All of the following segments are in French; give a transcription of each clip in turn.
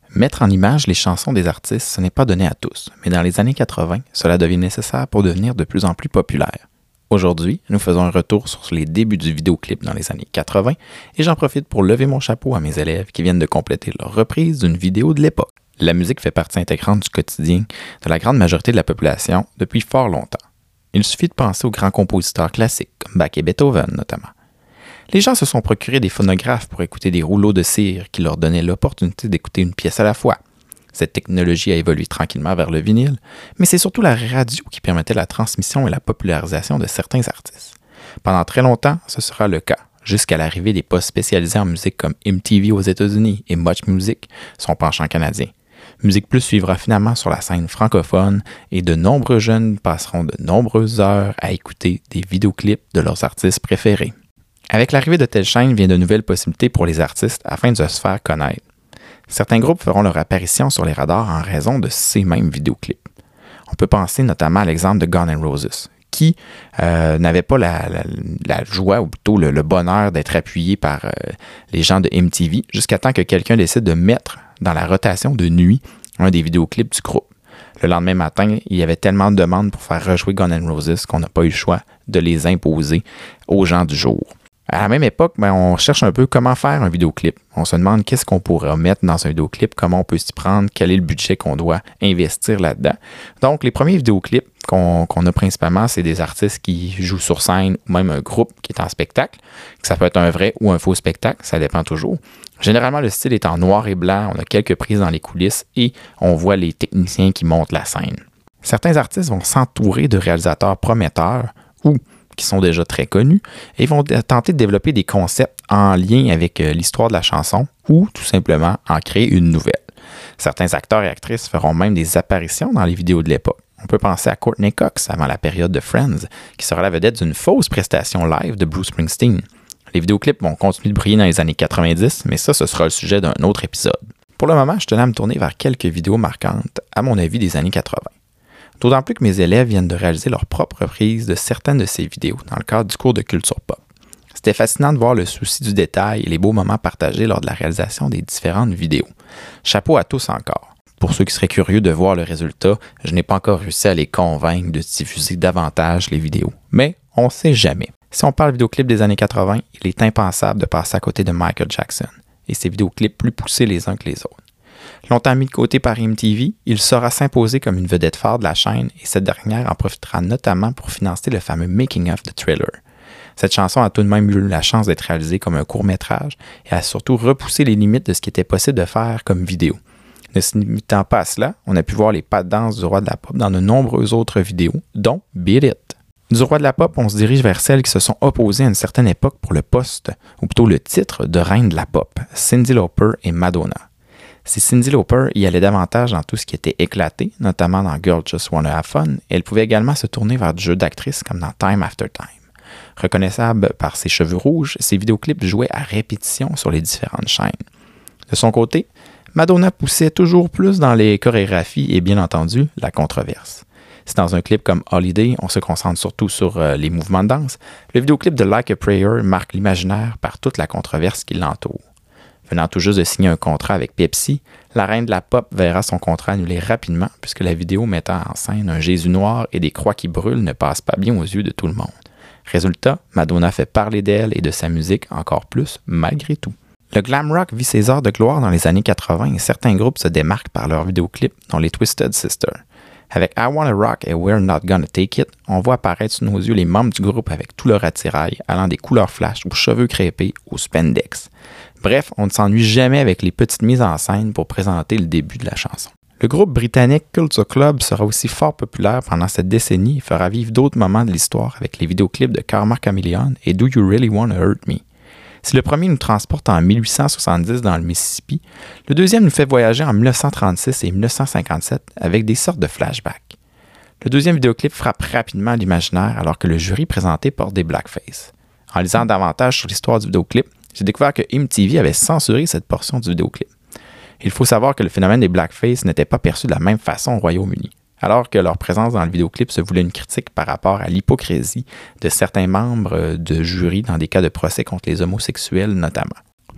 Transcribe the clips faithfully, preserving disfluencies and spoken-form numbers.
Mettre en image les chansons des artistes, ce n'est pas donné à tous, mais dans les années quatre-vingt, cela devient nécessaire pour devenir de plus en plus populaire. Aujourd'hui, nous faisons un retour sur les débuts du vidéoclip dans les années quatre-vingt et j'en profite pour lever mon chapeau à mes élèves qui viennent de compléter leur reprise d'une vidéo de l'époque. La musique fait partie intégrante du quotidien de la grande majorité de la population depuis fort longtemps. Il suffit de penser aux grands compositeurs classiques, comme Bach et Beethoven notamment. Les gens se sont procurés des phonographes pour écouter des rouleaux de cire qui leur donnaient l'opportunité d'écouter une pièce à la fois. Cette technologie a évolué tranquillement vers le vinyle, mais c'est surtout la radio qui permettait la transmission et la popularisation de certains artistes. Pendant très longtemps, ce sera le cas, jusqu'à l'arrivée des postes spécialisés en musique comme M T V aux États-Unis et Much Music, son penchant canadien. Musique Plus suivra finalement sur la scène francophone et de nombreux jeunes passeront de nombreuses heures à écouter des vidéoclips de leurs artistes préférés. Avec l'arrivée de telles chaînes vient de nouvelles possibilités pour les artistes afin de se faire connaître. Certains groupes feront leur apparition sur les radars en raison de ces mêmes vidéoclips. On peut penser notamment à l'exemple de Guns N' Roses, qui euh, n'avait pas la, la, la joie ou plutôt le, le bonheur d'être appuyé par euh, les gens de M T V jusqu'à temps que quelqu'un décide de mettre dans la rotation de nuit un des vidéoclips du groupe. Le lendemain matin, il y avait tellement de demandes pour faire rejouer Guns N' Roses qu'on n'a pas eu le choix de les imposer aux gens du jour. À la même époque, ben, on cherche un peu comment faire un vidéoclip. On se demande qu'est-ce qu'on pourrait mettre dans un vidéoclip, comment on peut s'y prendre, quel est le budget qu'on doit investir là-dedans. Donc, les premiers vidéoclips qu'on, qu'on a principalement, c'est des artistes qui jouent sur scène ou même un groupe qui est en spectacle. Ça peut être un vrai ou un faux spectacle, ça dépend toujours. Généralement, le style est en noir et blanc, on a quelques prises dans les coulisses et on voit les techniciens qui montent la scène. Certains artistes vont s'entourer de réalisateurs prometteurs ou qui sont déjà très connus, et vont tenter de développer des concepts en lien avec l'histoire de la chanson ou tout simplement en créer une nouvelle. Certains acteurs et actrices feront même des apparitions dans les vidéos de l'époque. On peut penser à Courtney Cox avant la période de Friends, qui sera la vedette d'une fausse prestation live de Bruce Springsteen. Les vidéoclips vont continuer de briller dans les années quatre-vingt-dix, mais ça, ce sera le sujet d'un autre épisode. Pour le moment, je tenais à me tourner vers quelques vidéos marquantes, à mon avis, des années quatre-vingt. D'autant plus que mes élèves viennent de réaliser leur propre reprise de certaines de ces vidéos dans le cadre du cours de culture pop. C'était fascinant de voir le souci du détail et les beaux moments partagés lors de la réalisation des différentes vidéos. Chapeau à tous encore. Pour ceux qui seraient curieux de voir le résultat, je n'ai pas encore réussi à les convaincre de diffuser davantage les vidéos. Mais on ne sait jamais. Si on parle vidéoclip des années quatre-vingt, il est impensable de passer à côté de Michael Jackson et ses vidéoclips plus poussés les uns que les autres. Longtemps mis de côté par M T V, il saura s'imposer comme une vedette phare de la chaîne et cette dernière en profitera notamment pour financer le fameux making-of de Thriller. Cette chanson a tout de même eu la chance d'être réalisée comme un court-métrage et a surtout repoussé les limites de ce qui était possible de faire comme vidéo. Ne se limitant pas à cela, on a pu voir les pas de danse du roi de la pop dans de nombreuses autres vidéos, dont Beat It. Du roi de la pop, on se dirige vers celles qui se sont opposées à une certaine époque pour le poste, ou plutôt le titre de reine de la pop, Cyndi Lauper et Madonna. Si Cyndi Lauper y allait davantage dans tout ce qui était éclaté, notamment dans Girl Just Wanna Have Fun, elle pouvait également se tourner vers du jeu d'actrice comme dans Time After Time. Reconnaissable par ses cheveux rouges, ses vidéoclips jouaient à répétition sur les différentes chaînes. De son côté, Madonna poussait toujours plus dans les chorégraphies et bien entendu, la controverse. Si dans un clip comme Holiday, on se concentre surtout sur euh, les mouvements de danse, le vidéoclip de Like a Prayer marque l'imaginaire par toute la controverse qui l'entoure. Venant tout juste de signer un contrat avec Pepsi, la reine de la pop verra son contrat annulé rapidement puisque la vidéo mettant en scène un Jésus noir et des croix qui brûlent ne passe pas bien aux yeux de tout le monde. Résultat, Madonna fait parler d'elle et de sa musique encore plus malgré tout. Le glam rock vit ses heures de gloire dans les années quatre-vingt et certains groupes se démarquent par leurs vidéoclips, dont les Twisted Sisters. Avec I Wanna Rock et We're Not Gonna Take It, on voit apparaître sous nos yeux les membres du groupe avec tout leur attirail, allant des couleurs flash aux cheveux crêpés au spandex. Bref, on ne s'ennuie jamais avec les petites mises en scène pour présenter le début de la chanson. Le groupe britannique Culture Club sera aussi fort populaire pendant cette décennie et fera vivre d'autres moments de l'histoire avec les vidéoclips de Karma Chameleon et Do You Really Wanna Hurt Me? Si le premier nous transporte en mille huit cent soixante-dix dans le Mississippi, le deuxième nous fait voyager en mille neuf cent trente-six et mille neuf cent cinquante-sept avec des sortes de flashbacks. Le deuxième vidéoclip frappe rapidement l'imaginaire alors que le jury présenté porte des blackface. En lisant davantage sur l'histoire du vidéoclip, j'ai découvert que M T V avait censuré cette portion du vidéoclip. Il faut savoir que le phénomène des blackface n'était pas perçu de la même façon au Royaume-Uni, alors que leur présence dans le vidéoclip se voulait une critique par rapport à l'hypocrisie de certains membres de jury dans des cas de procès contre les homosexuels notamment.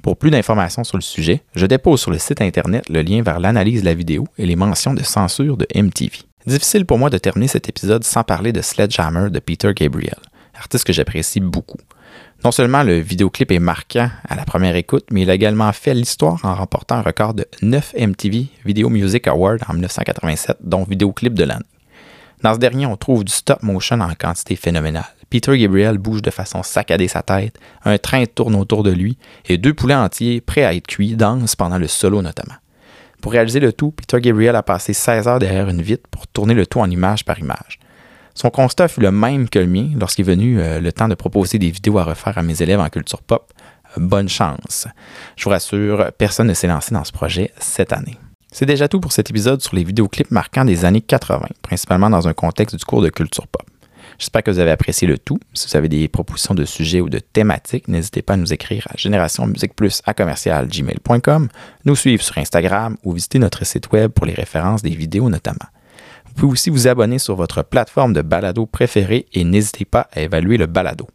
Pour plus d'informations sur le sujet, je dépose sur le site internet le lien vers l'analyse de la vidéo et les mentions de censure de M T V. Difficile pour moi de terminer cet épisode sans parler de Sledgehammer de Peter Gabriel, artiste que j'apprécie beaucoup. Non seulement le vidéoclip est marquant à la première écoute, mais il a également fait l'histoire en remportant un record de neuf M T V Video Music Awards en dix-neuf cent quatre-vingt-sept, dont vidéoclip de l'année. Dans ce dernier, on trouve du stop motion en quantité phénoménale. Peter Gabriel bouge de façon saccadée sa tête, un train tourne autour de lui et deux poulets entiers, prêts à être cuits, dansent pendant le solo notamment. Pour réaliser le tout, Peter Gabriel a passé seize heures derrière une vitre pour tourner le tout en image par image. Son constat fut le même que le mien lorsqu'il est venu euh, le temps de proposer des vidéos à refaire à mes élèves en culture pop. Euh, bonne chance. Je vous rassure, personne ne s'est lancé dans ce projet cette année. C'est déjà tout pour cet épisode sur les vidéoclips marquants des années quatre-vingt, principalement dans un contexte du cours de culture pop. J'espère que vous avez apprécié le tout. Si vous avez des propositions de sujets ou de thématiques, n'hésitez pas à nous écrire à génération musique plus à commercial gmail point com, nous suivre sur Instagram ou visiter notre site web pour les références des vidéos notamment. Vous pouvez aussi vous abonner sur votre plateforme de balado préférée et n'hésitez pas à évaluer le balado.